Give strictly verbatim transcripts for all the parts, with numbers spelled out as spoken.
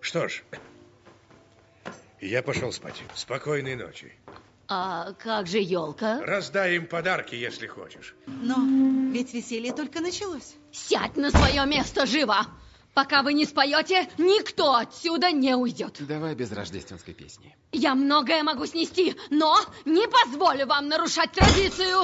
Что ж, я пошел спать. Спокойной ночи. А как же елка? Раздай им подарки, если хочешь. Но ведь веселье только началось. Сядь на свое место живо! Пока вы не споете, никто отсюда не уйдет. Давай без рождественской песни. Я многое могу снести, но не позволю вам нарушать традицию.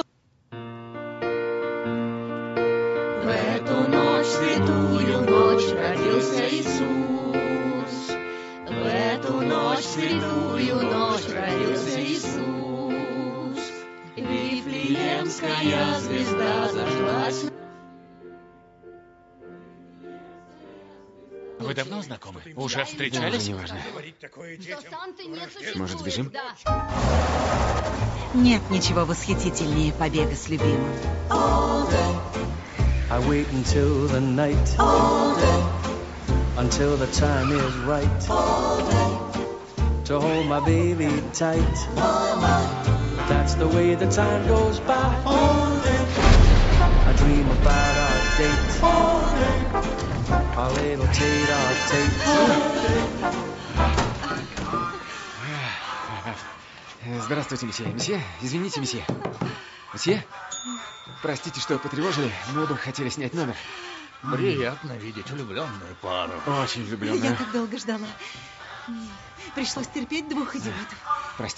В эту ночь, святую ночь, родился Иисус. В эту ночь, святую ночь, родился Иисус. Вифлеемская звезда зажглась. Вы давно знакомы? Уже встречались? Да, неважно. Может, Может, сбежим? Нет ничего восхитительнее побега с любимым. I wait until the night, until the time is right, to hold my baby tight. That's the way the time goes by. I dream about our date, our little tete-a-tete. Здравствуйте, месье. Месье, извините, месье. Месье, простите, что потревожили. Мы бы хотели снять номер. Приятно видеть влюбленную пару. Очень влюбленную. Я так долго ждала. Пришлось терпеть двух идиотов. Прости.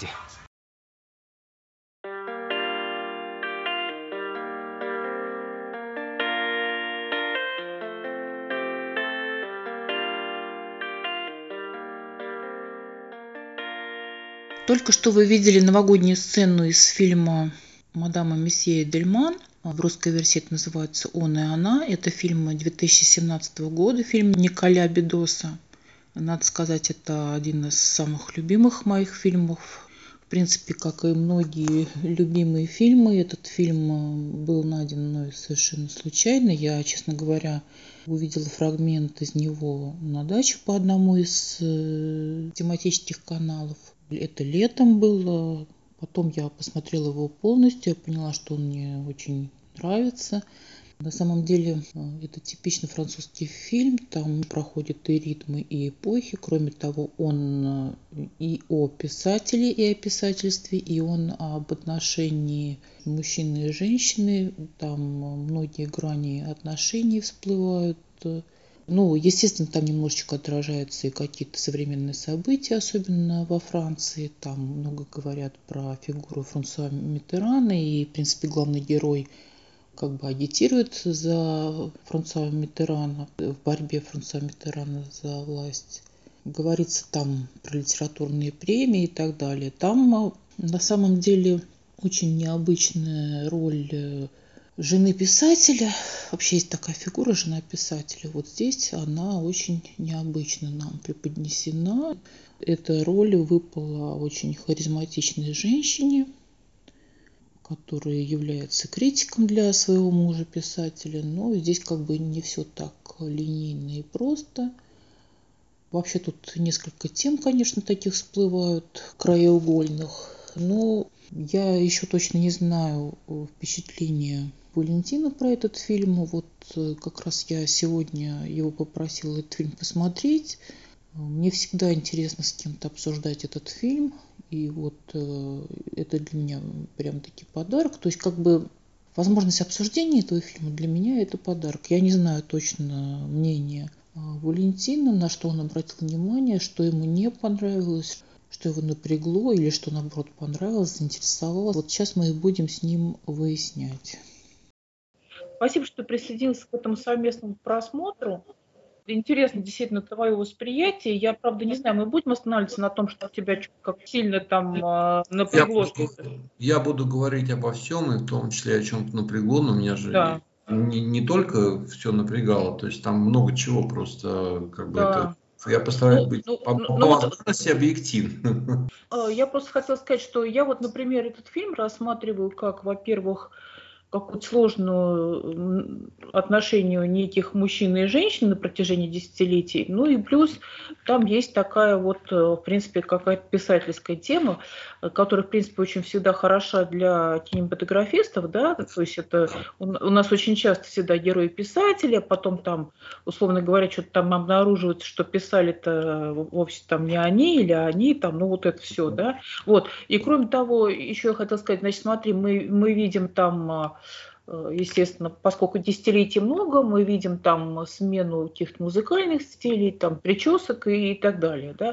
Только что вы видели новогоднюю сцену из фильма «Мадам и месье Эдельман». В русской версии это называется «Он и она». Это фильм две тысячи семнадцатого года, фильм Николя Бедоса. Надо сказать, это один из самых любимых моих фильмов. В принципе, как и многие любимые фильмы, этот фильм был найден мной совершенно случайно. Я, честно говоря, увидела фрагмент из него на даче по одному из э, тематических каналов. Это летом было. Потом я посмотрела его полностью, я поняла, что он мне очень нравится. На самом деле это типичный французский фильм, там проходят и ритмы, и эпохи. Кроме того, он и о писателе, и о писательстве, и он об отношении мужчины и женщины. Там многие грани отношений всплывают. Ну, естественно, там немножечко отражаются и какие-то современные события, особенно во Франции. Там много говорят про фигуру Франсуа Миттерана, и, в принципе, главный герой как бы агитирует за Франсуа Миттерана, в борьбе Франсуа Миттерана за власть. Говорится там про литературные премии и так далее. Там на самом деле очень необычная роль жены писателя. Вообще есть такая фигура, жена писателя. Вот здесь она очень необычно нам преподнесена. Эта роль выпала очень харизматичной женщине, которая является критиком для своего мужа писателя. Но здесь как бы не все так линейно и просто. Вообще тут несколько тем, конечно, таких всплывают, краеугольных. Но я еще точно не знаю впечатления Валентина про этот фильм. Вот как раз я сегодня его попросила этот фильм посмотреть. Мне всегда интересно с кем-то обсуждать этот фильм. И вот это для меня прям-таки подарок. То есть как бы возможность обсуждения этого фильма для меня это подарок. Я не знаю точно мнения Валентина, на что он обратил внимание, что ему не понравилось, что его напрягло или что, наоборот, понравилось, заинтересовало. Вот сейчас мы и будем с ним выяснять. Спасибо, что присоединился к этому совместному просмотру. Интересно действительно твое восприятие. Я, правда, не знаю, мы будем останавливаться на том, что тебя как сильно там э, напрягло. Я, я буду говорить обо всем, и в том числе о чем-то напрягло, но меня же да. не, не только все напрягало, то есть там много чего просто как бы да. это... Я постараюсь ну, быть ну, по, ну, по ну, возможности вот, объективным. Я просто хотела сказать, что я вот, например, этот фильм рассматриваю как, во-первых, какую-то сложную отношению неких мужчин и женщин на протяжении десятилетий. Ну и плюс там есть такая вот, в принципе, какая-то писательская тема, которая, в принципе, очень всегда хороша для кинематографистов, да, то есть это у нас очень часто всегда герои-писатели, а потом там, условно говоря, что-то там обнаруживается, что писали-то вовсе там не они или они, там, ну вот это все, да. Вот. И кроме того, еще я хотела сказать, значит, смотри, мы, мы видим там, естественно, поскольку десятилетий много, мы видим там смену каких-то музыкальных стилей, там, причесок и, и так далее, да.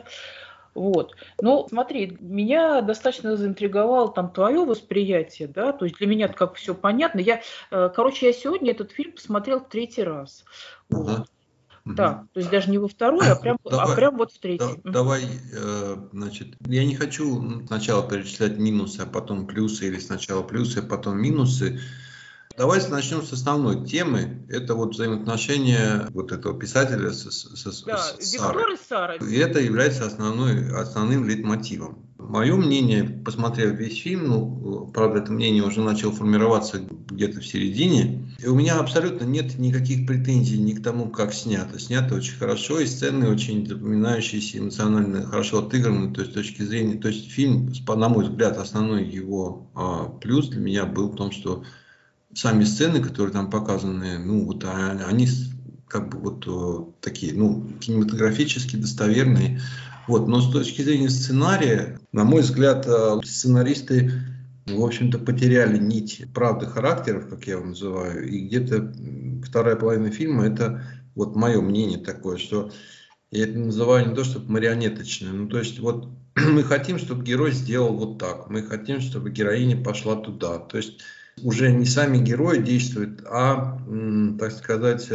Вот. Но смотри, меня достаточно заинтриговало там твое восприятие, да, то есть для меня как все понятно. Я, короче, я сегодня этот фильм посмотрел в третий раз. Вот. Ага. Да, то есть даже не во второй, а прям, давай, а прям вот в третий. Да, давай, э, значит, я не хочу сначала перечислять минусы, а потом плюсы, или сначала плюсы, а потом минусы. Давайте начнем с основной темы. Это вот взаимоотношения вот этого писателя с, с, с, да, с Виктор и Сарой. И это является основной, основным лейтмотивом. Мое мнение, посмотрев весь фильм, ну, правда, это мнение уже начало формироваться где-то в середине, и у меня абсолютно нет никаких претензий ни к тому, как снято. Снято очень хорошо, и сцены очень запоминающиеся, эмоционально хорошо отыграны, то есть с точки зрения, то есть фильм, на мой взгляд, основной его а, плюс для меня был в том, что сами сцены, которые там показаны, ну, вот они как бы вот такие, ну, кинематографически достоверные. Вот. Но с точки зрения сценария, на мой взгляд, сценаристы, в общем-то, потеряли нить правды характеров, как я его называю, и где-то вторая половина фильма, это вот мое мнение такое, что я это называю не то, чтобы марионеточное, ну, то есть вот мы хотим, чтобы герой сделал вот так, мы хотим, чтобы героиня пошла туда, то есть уже не сами герои действуют, а, так сказать,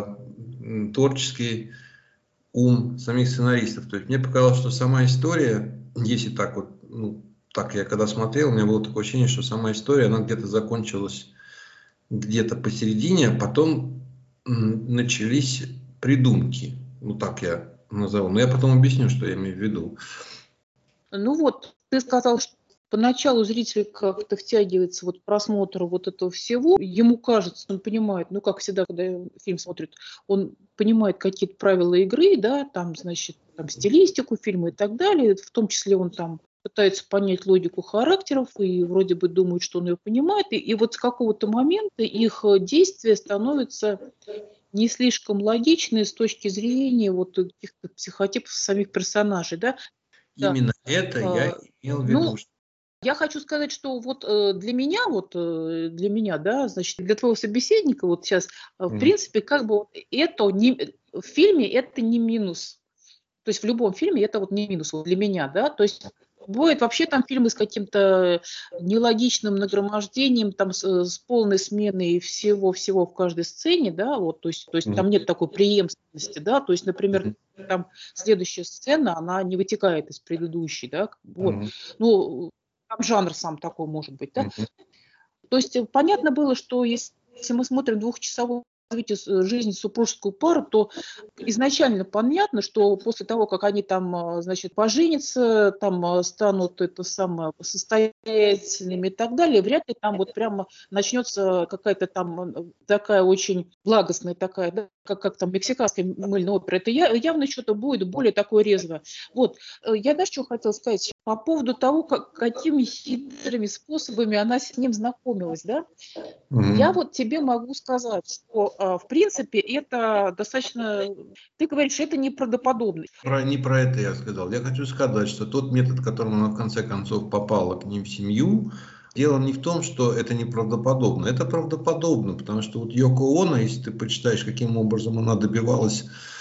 творческий ум самих сценаристов. То есть мне показалось, что сама история, если так вот, ну, так я когда смотрел, у меня было такое ощущение, что сама история, она где-то закончилась где-то посередине, а потом начались придумки. Ну, так я назову. Но я потом объясню, что я имею в виду. Ну вот, ты сказал, что поначалу зритель как-то втягивается вот в просмотр вот этого всего. Ему кажется, он понимает, ну, как всегда, когда фильм смотрит, он понимает какие-то правила игры, да, там, значит, там, стилистику фильма и так далее. В том числе он там пытается понять логику характеров и вроде бы думает, что он ее понимает. И, и вот с какого-то момента их действия становятся не слишком логичные с точки зрения вот каких-то психотипов самих персонажей, да. Именно да. это я имел в виду. Ну, я хочу сказать, что вот э, для меня, вот э, для меня, да, значит, для твоего собеседника вот сейчас, э, в mm. принципе, как бы это не, в фильме это не минус. То есть в любом фильме это вот не минус вот для меня, да. То есть бывают вообще там фильмы с каким-то нелогичным нагромождением, там с, с полной сменой всего-всего в каждой сцене, да, вот, то есть, то есть mm. там нет такой преемственности, да, то есть, например, mm. там следующая сцена, она не вытекает из предыдущей, да, вот, mm. ну, там жанр сам такой может быть, да. Mm-hmm. То есть понятно было, что если мы смотрим двухчасовую развитие жизни супружескую пару, то изначально понятно, что после того, как они там, значит, поженятся, там станут это самое состоятельными и так далее, вряд ли там вот прямо начнется какая-то там такая очень благостная такая, да, как, как там мексиканская мыльная опера. Это явно что-то будет более такое резвое. Вот. Я даже что хотела сказать по поводу того, как, какими хитрыми способами она с ним знакомилась, да? Mm-hmm. Я вот тебе могу сказать, что в принципе, это достаточно... Ты говоришь, это неправдоподобно. Про, не про это я сказал. Я хочу сказать, что тот метод, которым она в конце концов попала к ним в семью, дело не в том, что это неправдоподобно. Это правдоподобно, потому что вот Йоко Оно, если ты почитаешь, каким образом она добивалась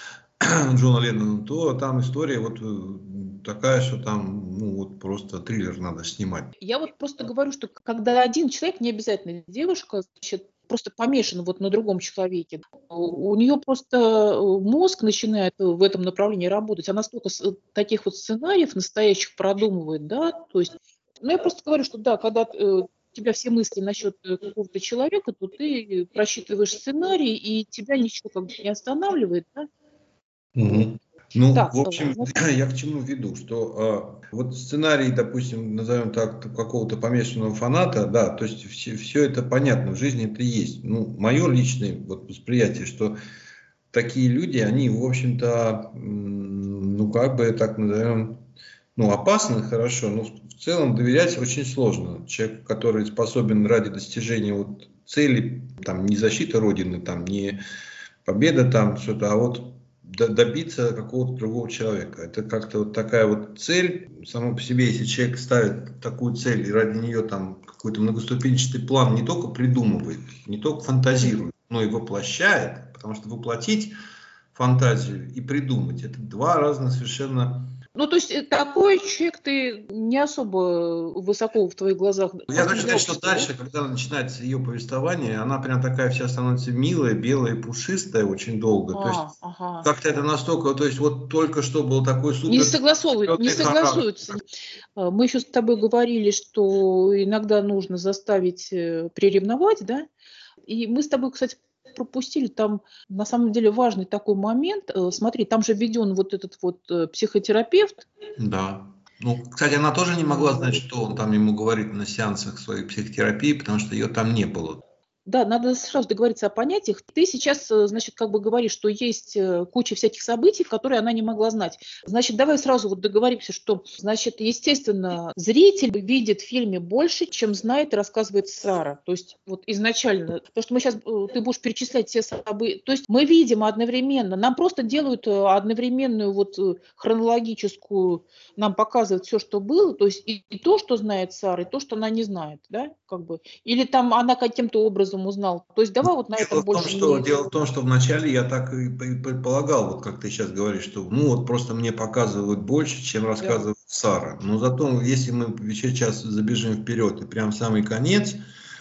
Джона Леннона, то там история вот такая, что там ну, вот просто триллер надо снимать. Я вот просто говорю, что когда один человек, не обязательно девушка, значит, просто помешан вот на другом человеке. У нее просто мозг начинает в этом направлении работать. Она столько таких вот сценариев настоящих продумывает, да, то есть, ну, я просто говорю, что да, когда у тебя все мысли насчет какого-то человека, то ты просчитываешь сценарий, и тебя ничего как бы не останавливает, да. Угу. Ну, Так, в общем, я к чему веду, что э, вот сценарий, допустим, назовем так, какого-то помешанного фаната, да, то есть все, все это понятно, в жизни это есть. Ну, мое личное вот восприятие, что такие люди, они, в общем-то, ну, как бы так назовем, ну, опасны, хорошо, но в целом доверять очень сложно. Человек, который способен ради достижения вот цели, там, не защита Родины, там, не победа, там, что-то, а вот добиться какого-то другого человека. Это как-то вот такая вот цель. Само по себе, если человек ставит такую цель и ради нее там какой-то многоступенчатый план не только придумывает, не только фантазирует, но и воплощает, потому что воплотить фантазию и придумать — это два разных совершенно... Ну, то есть такой человек ты не особо высоко в твоих глазах. Я хочу сказать, что дальше, когда начинается ее повествование, она прям такая вся становится милая, белая, пушистая очень долго. А, то есть ага. Как-то это настолько, то есть вот только что был такой супер... Не согласовывают, не согласуются. Мы еще с тобой говорили, что иногда нужно заставить приревновать, да? И мы с тобой, кстати, пропустили там на самом деле важный такой момент. Смотри, там же введен вот этот вот психотерапевт. Да. Ну, кстати, она тоже не могла знать, что он там ему говорит на сеансах своей психотерапии, потому что ее там не было. Да, надо сразу договориться о понятиях. Ты сейчас, значит, как бы говоришь, что есть куча всяких событий, которые она не могла знать. Значит, давай сразу вот договоримся, что, значит, естественно, зритель видит в фильме больше, чем знает и рассказывает Сара. То есть вот изначально, потому что мы сейчас, ты будешь перечислять все события, то есть мы видим одновременно, нам просто делают одновременную вот хронологическую, нам показывают все, что было, то есть и, и то, что знает Сара, и то, что она не знает, да, как бы. Или там она каким-то образом узнал. То есть давай вот на дело этом в том, больше что, не... Дело в том, что вначале я так и предполагал, вот как ты сейчас говоришь, что ну вот просто мне показывают больше, чем рассказывает да. Сара. Но зато, если мы сейчас забежим вперед и прям в самый конец,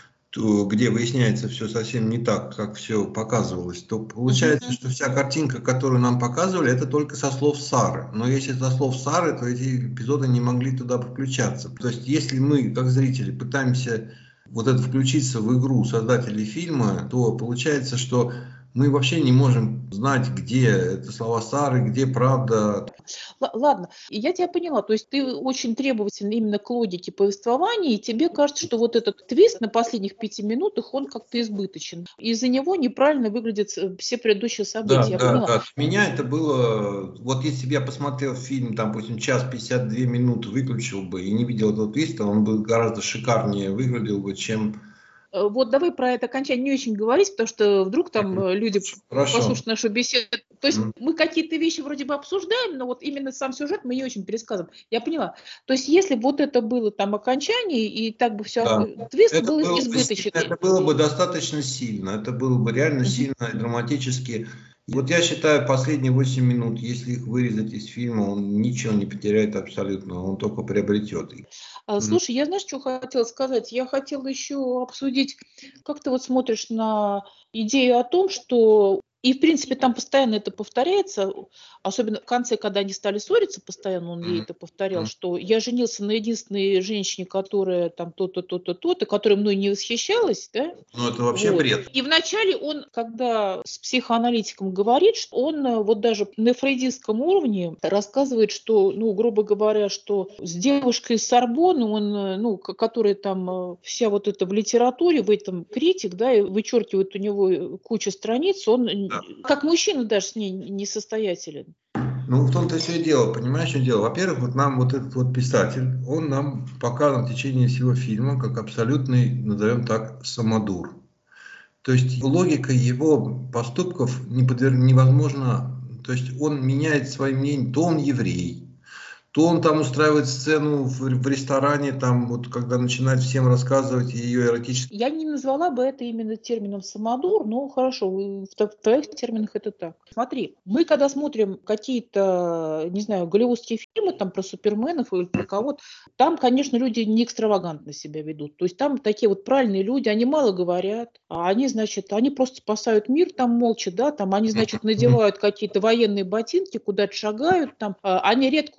то, где выясняется все совсем не так, как все показывалось, то получается, uh-huh. что вся картинка, которую нам показывали, это только со слов Сары. Но если со слов Сары, то эти эпизоды не могли туда подключаться. То есть если мы, как зрители, пытаемся вот это включиться в игру создателей фильма, то получается, что мы вообще не можем знать, где это слова Сары, где правда. Ладно, я тебя поняла. То есть ты очень требовательный именно к логике повествования, и тебе кажется, что вот этот твист на последних пяти минутах, он как-то избыточен. Из-за него неправильно выглядят все предыдущие события. Да, я да, поняла. да. Для меня это было... Вот если бы я посмотрел фильм, там, допустим, час пятьдесят две минуты, выключил бы и не видел этого твиста, он бы гораздо шикарнее выглядел бы, чем... Вот давай про это окончание не очень говорить, потому что вдруг там люди Хорошо. послушают нашу беседу. То есть mm. мы какие-то вещи вроде бы обсуждаем, но вот именно сам сюжет мы не очень пересказываем. Я поняла. То есть если вот это было там окончание, и так бы все... Да. Твист это был было избыточный. Бы, это было бы достаточно сильно. Это было бы реально mm-hmm. сильно и драматически. Вот я считаю, последние восемь минут, если их вырезать из фильма, он ничего не потеряет абсолютно, он только приобретет их. Слушай, я знаешь, что хотела сказать? Я хотела еще обсудить, как ты вот смотришь на идею о том, что... И, в принципе, там постоянно это повторяется, особенно в конце, когда они стали ссориться, постоянно он ей это повторял, что я женился на единственной женщине, которая там то-то, то-то, то-то, которая мной не восхищалась, да? Ну, это вообще вот. бред. И вначале он, когда с психоаналитиком говорит, что он вот даже на фрейдистском уровне рассказывает, что, ну, грубо говоря, что с девушкой из Сорбонны, он, ну, которая там вся вот это в литературе, в этом критик, да, и вычеркивает у него кучу страниц, он... Да. Как мужчина даже с ней несостоятелен. Ну, в том-то все и дело, понимаешь, что дело? Во-первых, вот нам вот этот вот писатель, он нам показан в течение всего фильма как абсолютный, назовем так, самодур. То есть логика его поступков не подверг... невозможно, то есть он меняет свое мнение, то он еврей, то он там устраивает сцену в, в ресторане, там вот когда начинает всем рассказывать ее эротические... Я не назвала бы это именно термином самодур, но хорошо, в, в твоих терминах это так. Смотри, мы когда смотрим какие-то, не знаю, голливудские фильмы там про суперменов или про кого-то, там, конечно, люди не экстравагантно себя ведут. То есть там такие вот правильные люди, они мало говорят, а они, значит, они просто спасают мир там молча, да, там они, значит, надевают какие-то военные ботинки, куда-то шагают, там, они редко улыбаются,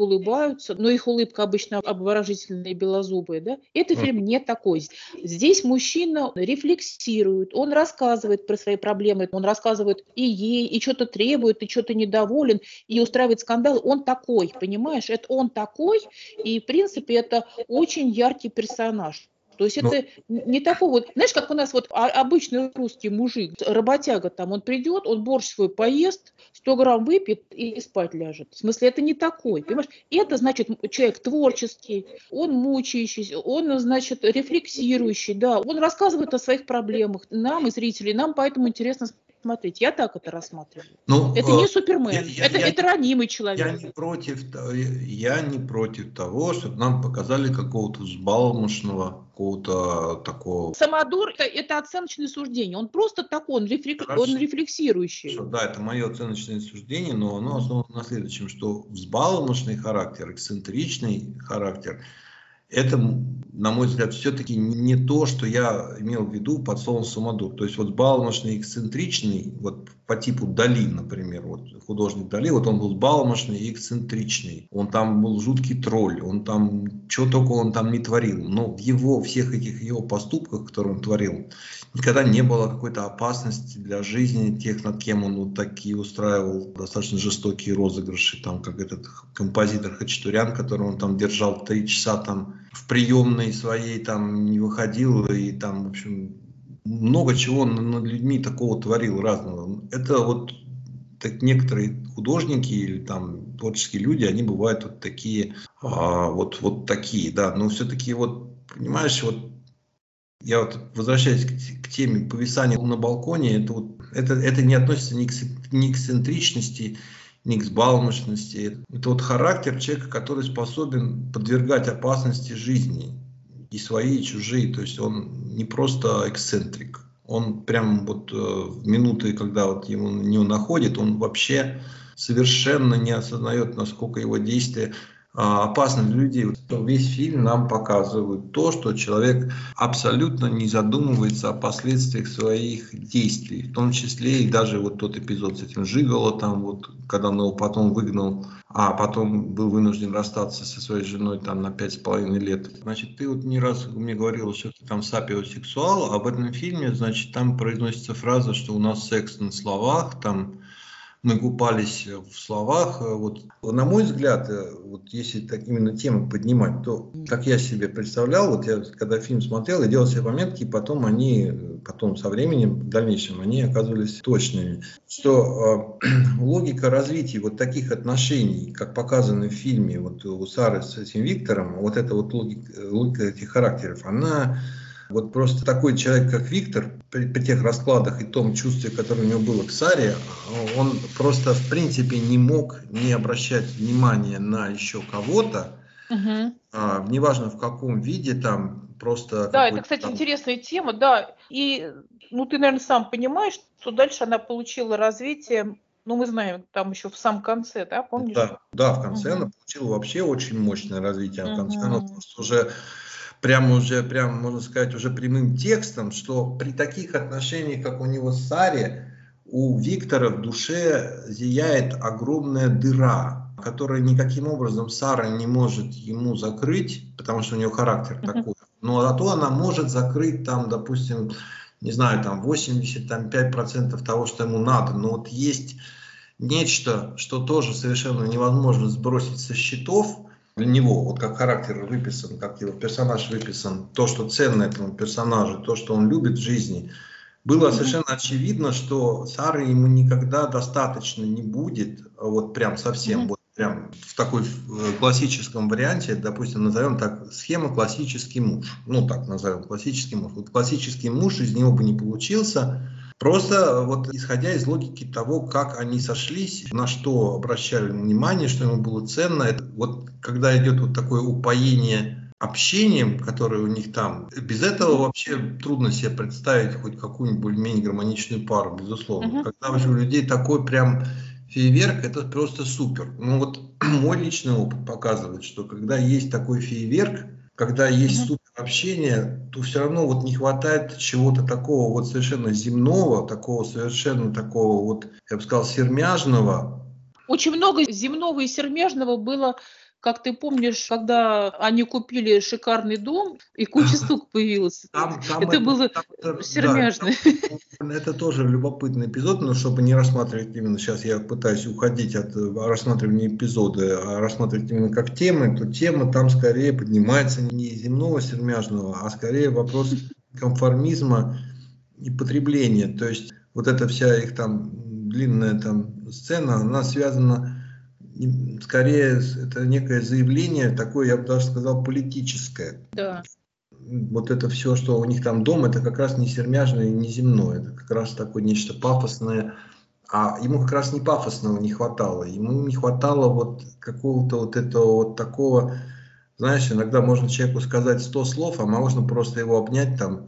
улыбаются, но их улыбка обычно обворожительная и белозубая, да? Это фильм не такой. Здесь мужчина рефлексирует, он рассказывает про свои проблемы, он рассказывает и ей, и что-то требует, и что-то недоволен, и устраивает скандал. Он такой, понимаешь? Это он такой, и, в принципе, это очень яркий персонаж. То есть это Но... не такой вот, знаешь, как у нас вот обычный русский мужик, работяга там, он придет, он борщ свой поест, сто грамм выпьет и спать ляжет. В смысле, это не такой, понимаешь? Это значит человек творческий, он мучающийся, он, значит, рефлексирующий, да, он рассказывает о своих проблемах нам и зрителям, нам поэтому интересно смотреть. Я так это рассматриваю. Ну, это не Супермен, я, я, это, я, это ранимый человек. Я не, против, я не против того, чтобы нам показали какого-то взбалмошного, какого-то такого... Самодур это, – это оценочное суждение. Он просто такой, он, рефлек... он рефлексирующий. Хорошо, да, это мое оценочное суждение, но оно основано на следующем, что взбалмошный характер, эксцентричный характер – это, на мой взгляд, все-таки не то, что я имел в виду под словом самодур. То есть вот взбалмошный, эксцентричный, вот по типу Дали, например, вот художник Дали, вот он был взбалмошный и эксцентричный. Он там был жуткий тролль, он там, что только он там не творил. Но в его, всех этих его поступках, которые он творил, никогда не было какой-то опасности для жизни тех, над кем он вот такие устраивал достаточно жестокие розыгрыши, там, как этот композитор Хачатурян, которого он там держал три часа там в приемной своей, там не выходил, и там, в общем, много чего над людьми такого творил разного. Это вот так, некоторые художники или там творческие люди, они бывают вот такие, а, вот, вот такие, да, но все-таки вот, понимаешь, вот я вот возвращаюсь к, к теме повисания на балконе, это, вот, это, это не относится ни к, ни к эксцентричности, ни к взбалмошности. Это вот характер человека, который способен подвергать опасности жизни, и свои, и чужие. То есть он не просто эксцентрик. Он прям вот в минуты, когда вот ему не находит, он вообще совершенно не осознает, насколько его действия опасны для людей. Весь фильм нам показывает то, что человек абсолютно не задумывается о последствиях своих действий, в том числе и даже вот тот эпизод с этим Жиголо, там вот, когда он его потом выгнал, а потом был вынужден расстаться со своей женой там на пять с половиной лет. Значит, ты вот не раз мне говорил, что ты там сапиосексуал, а в этом фильме, значит, там произносится фраза, что у нас секс на словах, там мы купались в словах. Вот, на мой взгляд, вот если так именно тему поднимать, то, как я себе представлял, вот я когда фильм смотрел, я делал себе пометки, и потом они, потом со временем, в дальнейшем, они оказывались точными. Что э, логика развития вот таких отношений, как показано в фильме вот у Сары с этим Виктором, вот эта вот логика, логика этих характеров, она... Вот просто такой человек, как Виктор, при, при тех раскладах и том чувстве, которое у него было к Саре, он просто в принципе не мог не обращать внимания на еще кого-то, угу. а, неважно в каком виде, там просто... Да, это, кстати, там... интересная тема, да. И, ну, ты, наверное, сам понимаешь, что дальше она получила развитие, ну, мы знаем, там еще в самом конце, да, помнишь? Да, да, в конце угу. она получила вообще очень мощное развитие, а в конце угу. она просто уже... Прямо уже, прям, можно сказать, уже прямым текстом, что при таких отношениях, как у него с Саре, у Виктора в душе зияет огромная дыра, которая никаким образом Сара не может ему закрыть, потому что у него характер uh-huh. такой. Но зато она может закрыть там, допустим, не знаю, там восемьдесят пять процентов того, что ему надо. Но вот есть нечто, что тоже совершенно невозможно сбросить со счетов, для него, вот как характер выписан, как его персонаж выписан, то, что ценно этому персонажу, то, что он любит в жизни, было совершенно очевидно, что Сары ему никогда достаточно не будет, вот прям совсем, mm-hmm. вот прям в такой в классическом варианте, допустим, назовем так, схема классический муж, ну так назовем, классический муж. Вот классический муж из него бы не получился, просто вот исходя из логики того, как они сошлись, на что обращали внимание, что ему было ценно, это, вот когда идет вот такое упоение общением, которое у них там, без этого вообще трудно себе представить хоть какую-нибудь более-менее гармоничную пару, безусловно. Uh-huh. Когда вообще у людей такой прям фейерверк, это просто супер. Ну вот мой личный опыт показывает, что когда есть такой фейерверк, когда есть uh-huh. супер общение, то все равно вот не хватает чего-то такого вот совершенно земного, такого совершенно такого вот, я бы сказал, сермяжного. Очень много земного и сермяжного было, как ты помнишь, когда они купили шикарный дом, и куча стук появилась. Там, там это, это было там, сермяжно. Да, это тоже любопытный эпизод, но чтобы не рассматривать именно сейчас, я пытаюсь уходить от рассматривания эпизода, а рассматривать именно как темы, то тема там скорее поднимается не земного сермяжного, а скорее вопрос конформизма и потребления. То есть вот эта вся их там длинная там сцена, она связана скорее, это некое заявление, такое, я бы даже сказал, политическое. Да. Вот это все, что у них там дом, это как раз не сермяжное, не земное, это как раз такое нечто пафосное. А ему как раз не пафосного не хватало, ему не хватало вот какого-то вот этого вот такого, знаешь, иногда можно человеку сказать сто слов, а можно просто его обнять там,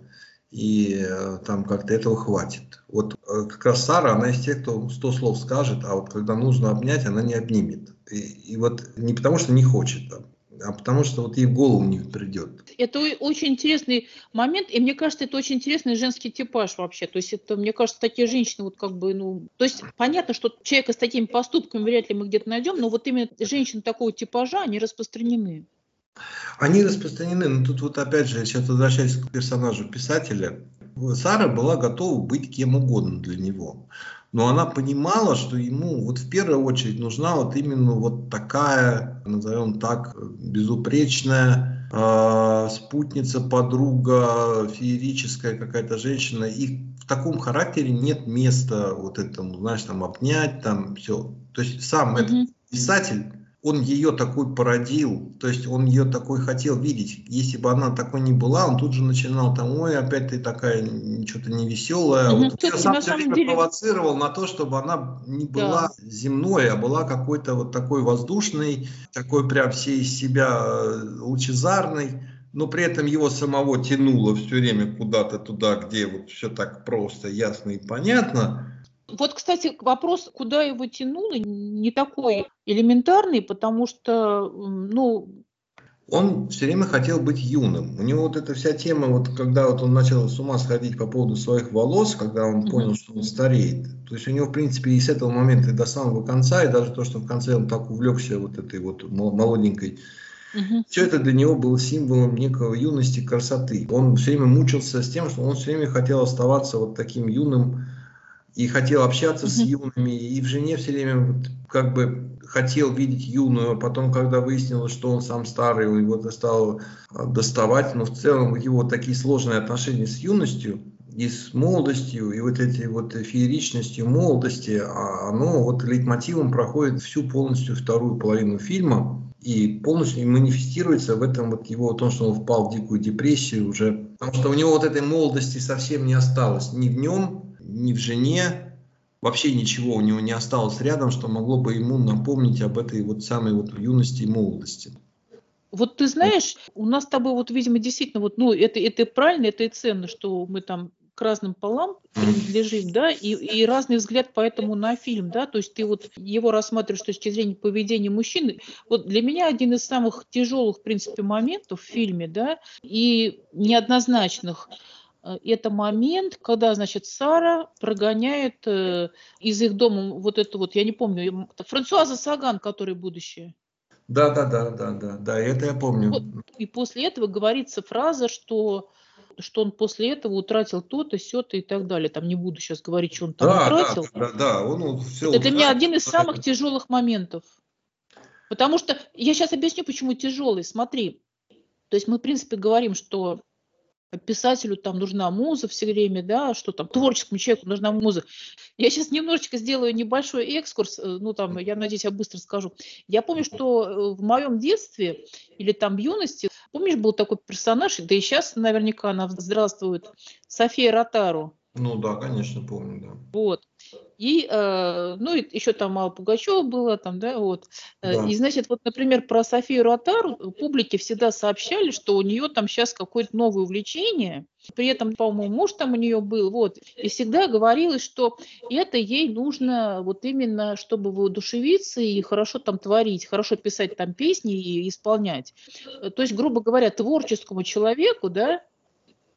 и там как-то этого хватит. Вот как раз Сара, она из тех, кто сто слов скажет, а вот когда нужно обнять, она не обнимет. И, и вот не потому, что не хочет, а потому что вот ей в голову не придет. Это очень интересный момент, и мне кажется, это очень интересный женский типаж вообще. То есть это, мне кажется, такие женщины вот как бы, ну, то есть понятно, что человека с такими поступками вряд ли мы где-то найдем, но вот именно женщины такого типажа, они распространены. Они распространены, но тут вот опять же, сейчас возвращаясь к персонажу писателя, Сара была готова быть кем угодно для него. Но она понимала, что ему вот в первую очередь нужна вот именно вот такая, назовем так, безупречная э, спутница, подруга, феерическая какая-то женщина. И в таком характере нет места вот этому, знаешь, там обнять, там все. То есть сам mm-hmm. этот писатель, он ее такой породил, то есть он ее такой хотел видеть. Если бы она такой не была, он тут же начинал там, ой, опять ты такая что-то невеселая. Mm-hmm. Вот он сам все время деле... провоцировал на то, чтобы она не была да. земной, а была какой-то вот такой воздушной, такой прям всей из себя лучезарной. Но при этом его самого тянуло все время куда-то туда, где вот все так просто, ясно и понятно. Вот, кстати, вопрос, куда его тянуло, не такой элементарный, потому что, ну... Он все время хотел быть юным. У него вот эта вся тема, вот когда вот он начал с ума сходить по поводу своих волос, когда он mm-hmm. понял, что он стареет. То есть у него, в принципе, и с этого момента и до самого конца, и даже то, что в конце он так увлекся вот этой вот молоденькой, mm-hmm. все это для него было символом некого юности, красоты. Он все время мучился с тем, что он все время хотел оставаться вот таким юным, и хотел общаться mm-hmm. с юными, и в жене все время вот как бы хотел видеть юную, а потом, когда выяснилось, что он сам старый, его это стало доставать, но в целом его такие сложные отношения с юностью и с молодостью, и вот этой вот фееричностью молодости, оно вот лейтмотивом проходит всю полностью вторую половину фильма, и полностью манифестируется в этом вот его, в том, что он впал в дикую депрессию уже, потому что у него вот этой молодости совсем не осталось ни в нем, ни в жене, вообще ничего у него не осталось рядом, что могло бы ему напомнить об этой вот самой вот юности и молодости. Вот ты знаешь, у нас с тобой вот, видимо, действительно, вот, ну, это, это правильно, это и ценно, что мы там к разным полам принадлежим, да, и, и разный взгляд поэтому на фильм, да, то есть ты вот его рассматриваешь с точки зрения поведения мужчины. Вот для меня один из самых тяжелых, в принципе, моментов в фильме, да, и неоднозначных, это момент, когда, значит, Сара прогоняет э, из их дома вот это вот, я не помню, Франсуаза Саган, который будущее. Да, да, да, да, да, да, это я помню. Вот, и после этого говорится фраза, что, что он после этого утратил то-то, сё-то и так далее. Там не буду сейчас говорить, что он там да, утратил. Да, да, да, он, он все это для меня один из самых тяжелых моментов. Потому что, я сейчас объясню, почему тяжелый. Смотри, то есть мы, в принципе, говорим, что писателю там нужна муза все время, да, что там творческому человеку нужна муза. Я сейчас немножечко сделаю небольшой экскурс, ну там, я надеюсь, я быстро скажу. Я помню, что в моем детстве или там в юности, помнишь, был такой персонаж, да и сейчас наверняка она здравствует, София Ротару. Ну да, конечно, помню, да. Вот. И, э, ну, и еще там Алла Пугачева была, там, да, вот. Да. И, значит, вот, например, про Софию Ротару публике всегда сообщали, что у нее там сейчас какое-то новое увлечение. При этом, по-моему, муж там у нее был, вот. И всегда говорилось, что это ей нужно вот именно, чтобы воодушевиться и хорошо там творить, хорошо писать там песни и исполнять. То есть, грубо говоря, творческому человеку, да,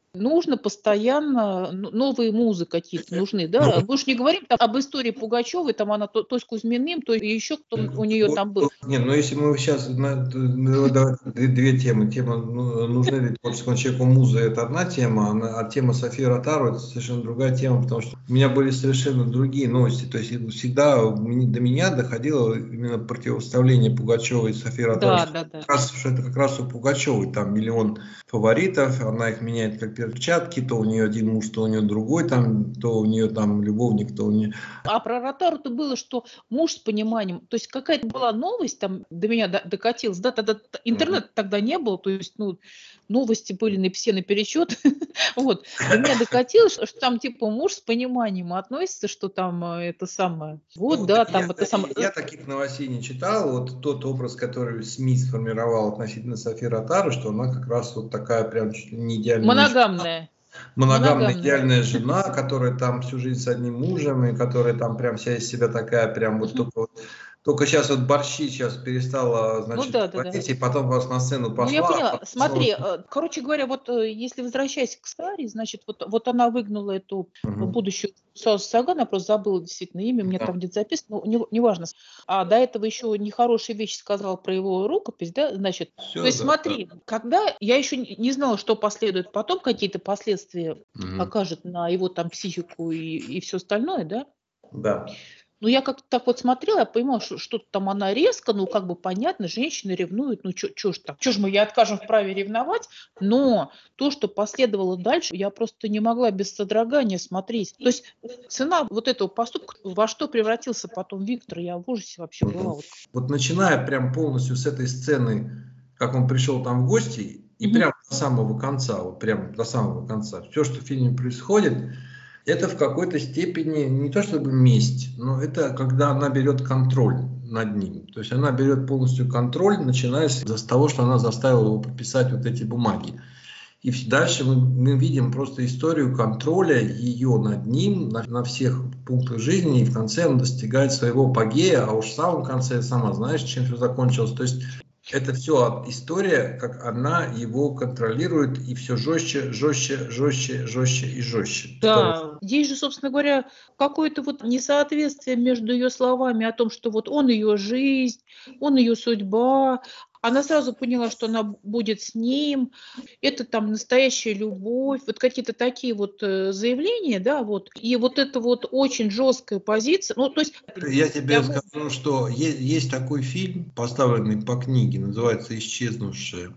нужно постоянно, ну, новые музы какие-то нужны, да? Мы же не говорим там об истории Пугачевой, там она то, то с Кузьминым, то еще кто у нее там был. Нет, ну если мы сейчас на, ну, давай, две, две темы. Тема, ну, нужны ли творческому человеку музы, это одна тема, а, а тема Софии Ротару это совершенно другая тема, потому что у меня были совершенно другие новости. То есть всегда до меня доходило именно противоставление Пугачевой и Софии Ротару. Да, да, да. Как раз, что это как раз у Пугачевой там миллион фаворитов, она их меняет как перчатки, то у нее один муж, то у нее другой, там, то у нее там любовник, то у нее... А про Ротару-то было, что муж с пониманием, то есть какая-то была новость, там до меня докатилась, да, тогда интернета тогда не было, то есть, ну, новости были на все наперечет, вот, до меня докатилось, что там, типа, муж с пониманием относится, что там это самое, вот, да, там это самое... Я таких новостей не читал, вот тот образ, который СМИ сформировал относительно Софии Ротару, что она как раз вот такая прям не идеальная... Моногамная. Моногамная идеальная жена, которая там всю жизнь с одним мужем, и которая там прям вся из себя такая, прям вот только вот, только сейчас вот борщи сейчас перестала, значит, ну, да, да, да. И потом вас на сцену пошла. Ну, я поняла. А Смотри, снова... короче говоря, вот если возвращаясь к Саре, значит, вот, вот она выгнала эту угу. будущую Саусу Саган, я просто забыла действительно имя, мне да. там где-то записано, но неважно. Не а до этого еще нехорошие вещи сказала про его рукопись, да, значит. Все, то есть да, смотри, да. когда я еще не знала, что последует потом, какие-то последствия угу. окажет на его там психику и, и все остальное, да? Да. Ну, я как-то так вот смотрела, я понимала, что что-то там она резко, ну, как бы понятно, женщины ревнуют, ну, что ж так, что ж мы ей откажем в праве ревновать, но то, что последовало дальше, я просто не могла без содрогания смотреть. То есть цена вот этого поступка, во что превратился потом Виктор, я в ужасе вообще была. Вот, вот начиная прям полностью с этой сцены, как он пришел там в гости, и mm-hmm. прям до самого конца, вот прям до самого конца, все, что в фильме происходит, это в какой-то степени не то чтобы месть, но это когда она берет контроль над ним. То есть она берет полностью контроль, начиная с того, что она заставила его подписать вот эти бумаги. И дальше мы, мы видим просто историю контроля ее над ним на, на всех пунктах жизни, и в конце он достигает своего апогея, а уж в самом конце сама знаешь, чем все закончилось. То есть это все история, как она его контролирует, и все жестче, жестче, жестче, жестче и жестче. Да, Потому... есть же, собственно говоря, какое-то вот несоответствие между ее словами о том, что вот он ее жизнь, он ее судьба. Она сразу поняла, что она будет с ним, это там настоящая любовь, вот какие-то такие вот заявления, да, вот, и вот это вот очень жесткая позиция, ну, то есть... Я тебе я... скажу, что есть, есть такой фильм, поставленный по книге, называется «Исчезнувшие».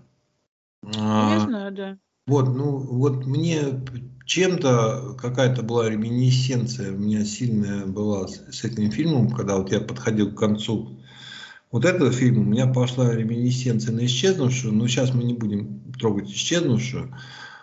Я знаю, да. Вот, ну, вот мне чем-то какая-то была реминисценция, у меня сильная была с, с этим фильмом, когда вот я подходил к концу вот этого фильма, у меня пошла реминисценция на «Исчезнувшую», но сейчас мы не будем трогать «Исчезнувшую».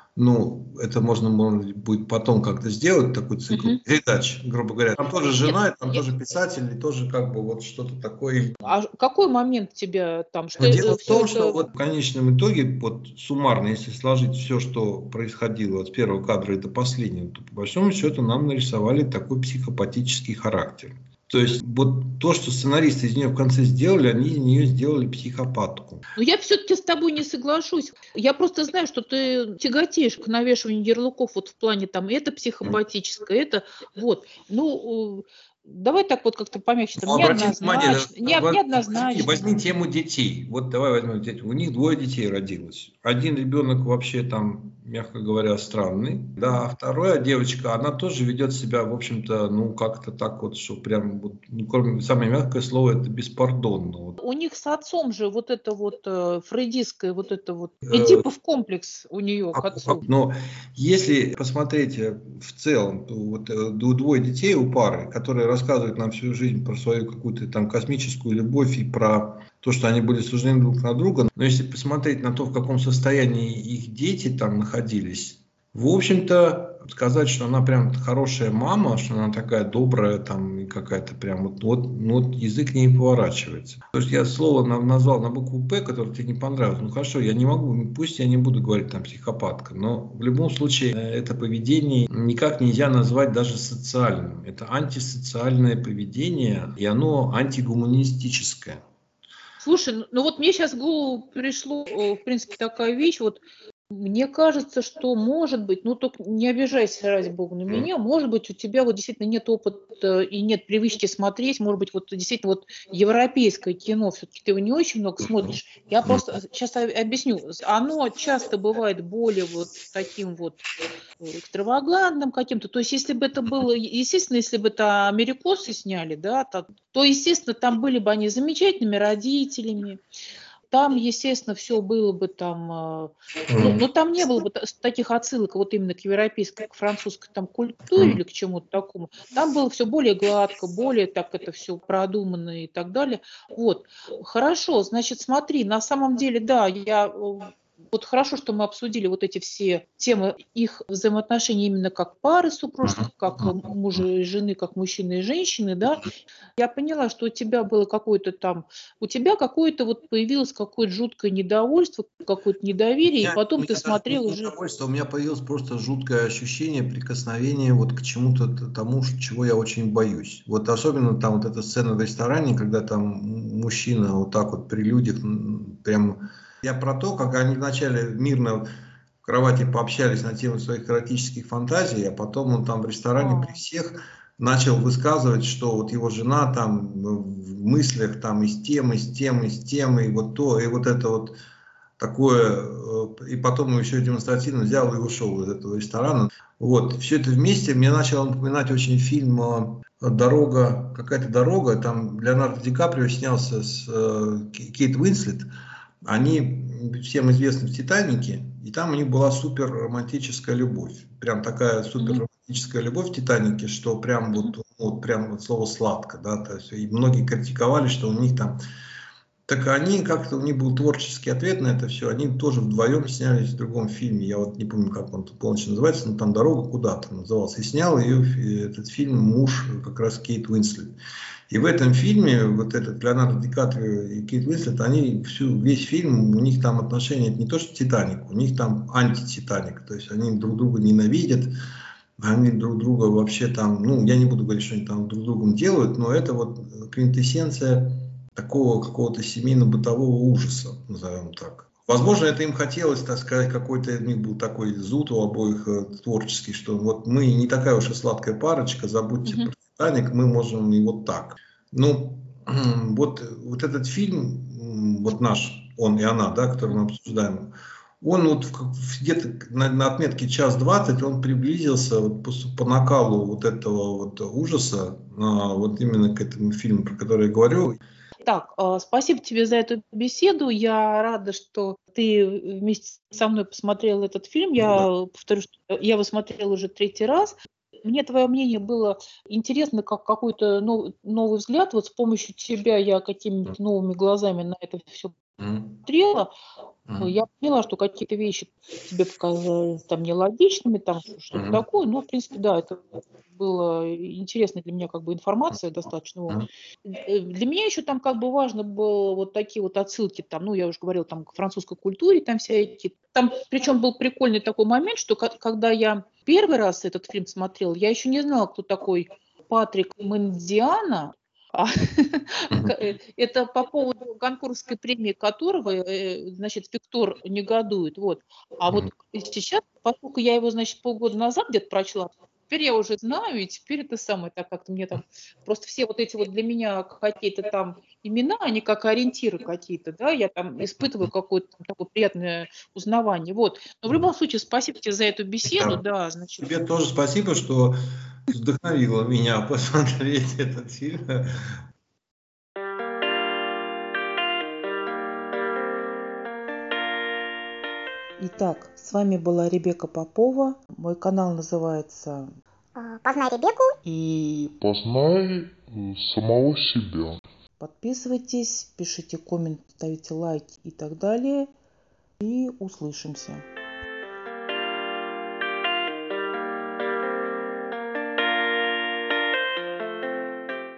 Ну, это можно, может, будет потом как-то сделать, такой цикл uh-huh. передач, грубо говоря. Там тоже жена, там тоже писатель, и тоже как бы вот что-то такое. А какой момент тебя там... Что Дело в том, это... что вот в конечном итоге, вот суммарно, если сложить все, что происходило от первого кадра до последнего, то по большому счету нам нарисовали такой психопатический характер. То есть вот то, что сценаристы из нее в конце сделали, они из нее сделали психопатку. Но я все-таки с тобой не соглашусь. Я просто знаю, что ты тяготеешь к навешиванию ярлыков вот в плане там это психопатическое, это вот. Ну, давай так вот как-то помягче. Там, неоднозначно. Не, неоднозначно. Возьми тему детей. Вот давай возьмем детей. У них двое детей родилось. Один ребенок вообще там, мягко говоря, странный. Да, а вторая девочка, она тоже ведет себя, в общем-то, ну, как-то так вот, что прям, вот, ну, кроме, самое мягкое слово, это беспардонно. Вот. У них с отцом же вот это вот э, фрейдистское, вот это вот, Эдипов комплекс у нее к отцу. Но если посмотреть в целом, то вот двое детей у пары, которые рассказывают нам всю жизнь про свою какую-то там космическую любовь и про то, что они были суждены друг на друга. Но если посмотреть на то, в каком состоянии их дети там находились, в общем-то, сказать, что она прям хорошая мама, что она такая добрая там и какая-то прям вот, вот, ну, вот язык не поворачивается. То есть я слово назвал на букву «П», которое тебе не понравилось. Ну хорошо, я не могу, пусть я не буду говорить там психопатка, но в любом случае это поведение никак нельзя назвать даже социальным. Это антисоциальное поведение, и оно антигуманистическое. Слушай, ну вот мне сейчас в голову пришло, в принципе, такая вещь, вот Мне кажется, что может быть, ну только не обижайся, ради бога, на меня, может быть, у тебя вот действительно нет опыта и нет привычки смотреть, может быть, вот действительно вот европейское кино, все-таки ты его не очень много смотришь. Я просто сейчас объясню. Оно часто бывает более вот таким вот экстравагантным каким-то. То есть, если бы это было, естественно, если бы это америкосы сняли, да, то, то, естественно, там были бы они замечательными родителями. Там, естественно, все было бы там, ну, но там не было бы таких отсылок вот именно к европейской, к французской там культуре или к чему-то такому. Там было все более гладко, более так это все продумано и так далее. Вот, хорошо, значит, смотри, на самом деле, да, я... Вот хорошо, что мы обсудили вот эти все темы их взаимоотношений именно как пары супружеских, как мужа и жены, как мужчины и женщины, да. Я поняла, что у тебя было какое-то там, у тебя какое-то вот появилось какое-то жуткое недовольство, какое-то недоверие, меня, и потом ты даже смотрел не уже... недовольство, у меня появилось просто жуткое ощущение прикосновения вот к чему-то тому, чего я очень боюсь. Вот особенно там вот эта сцена в ресторане, когда там мужчина вот так вот при людях прям... Я про то, как они вначале мирно в кровати пообщались на тему своих эротических фантазий, а потом он там в ресторане при всех начал высказывать, что вот его жена там в мыслях там и с тем, и с тем, и с тем, и вот то, и вот это вот такое, и потом еще демонстративно взял и ушел из этого ресторана. Вот, все это вместе мне начало напоминать очень фильм «Дорога», какая-то дорога, там Леонардо Ди Каприо снялся с Кейт Уинслет. Они всем известны в «Титанике», и там у них была супер романтическая любовь. Прям такая супер романтическая любовь в «Титанике», что прям вот, вот прям вот слово сладко, да, то есть, и многие критиковали, что у них там... Так они как-то, у них был творческий ответ на это все, они тоже вдвоем снялись в другом фильме, я вот не помню, как он полностью называется, но там «Дорога куда-то» назывался, и снял ее, этот фильм, муж как раз Кейт Уинслет. И в этом фильме вот этот Леонардо Ди Каприо и Кейт Уинслет, они всю, весь фильм, у них там отношения, это не то что «Титаник», у них там анти-Титаник, то есть они друг друга ненавидят, они друг друга вообще там, ну, я не буду говорить, что они там друг другом делают, но это вот квинтэссенция такого какого-то семейно-бытового ужаса, назовем так. Возможно, это им хотелось, так сказать, какой-то у них был такой зуд у обоих э, творческий, что вот мы не такая уж и сладкая парочка, забудьте mm-hmm. про «Титаник», мы можем и вот так. Ну, вот, вот этот фильм, вот наш, он и она, да, который мы обсуждаем, он вот где-то на, на отметке час двадцать он приблизился вот по, по накалу вот этого вот ужаса, а, вот именно к этому фильму, про который я говорю. Так, спасибо тебе за эту беседу. Я рада, что ты вместе со мной посмотрел этот фильм. Я да. повторю, что я его смотрела уже третий раз. Мне твое мнение было интересно, как какой-то новый, новый взгляд. Вот с помощью тебя я какими-то новыми глазами на это все смотрела. Mm-hmm. Я поняла, что какие-то вещи тебе показались там нелогичными, там что-то mm-hmm. такое. Но, в принципе, да, это было интересно для меня как бы информация достаточно. Mm-hmm. Для меня еще там как бы важно было вот такие вот отсылки, там, ну, я уже говорила, там, к французской культуре, там всякие. Там, причем был прикольный такой момент, что когда я первый раз этот фильм смотрела, я еще не знала, кто такой Патрик Мандиана. Это по поводу Гонконгской премии, которого, значит, Виктор негодует. Вот. А вот сейчас, поскольку я его, значит, полгода назад где-то прочла, теперь я уже знаю, и теперь это самое, так как-то мне там, просто все вот эти вот для меня какие-то там имена, они как ориентиры какие-то, да, я там испытываю какое-то там такое приятное узнавание, вот. Но в любом случае, спасибо тебе за эту беседу, да, да значит. Тебе тоже спасибо, что вдохновило меня посмотреть этот фильм. Итак, с вами была Ребекка Попова. Мой канал называется «Познай Ребекку» и «Познай самого себя». Подписывайтесь, пишите комменты, ставите лайки и так далее. И услышимся.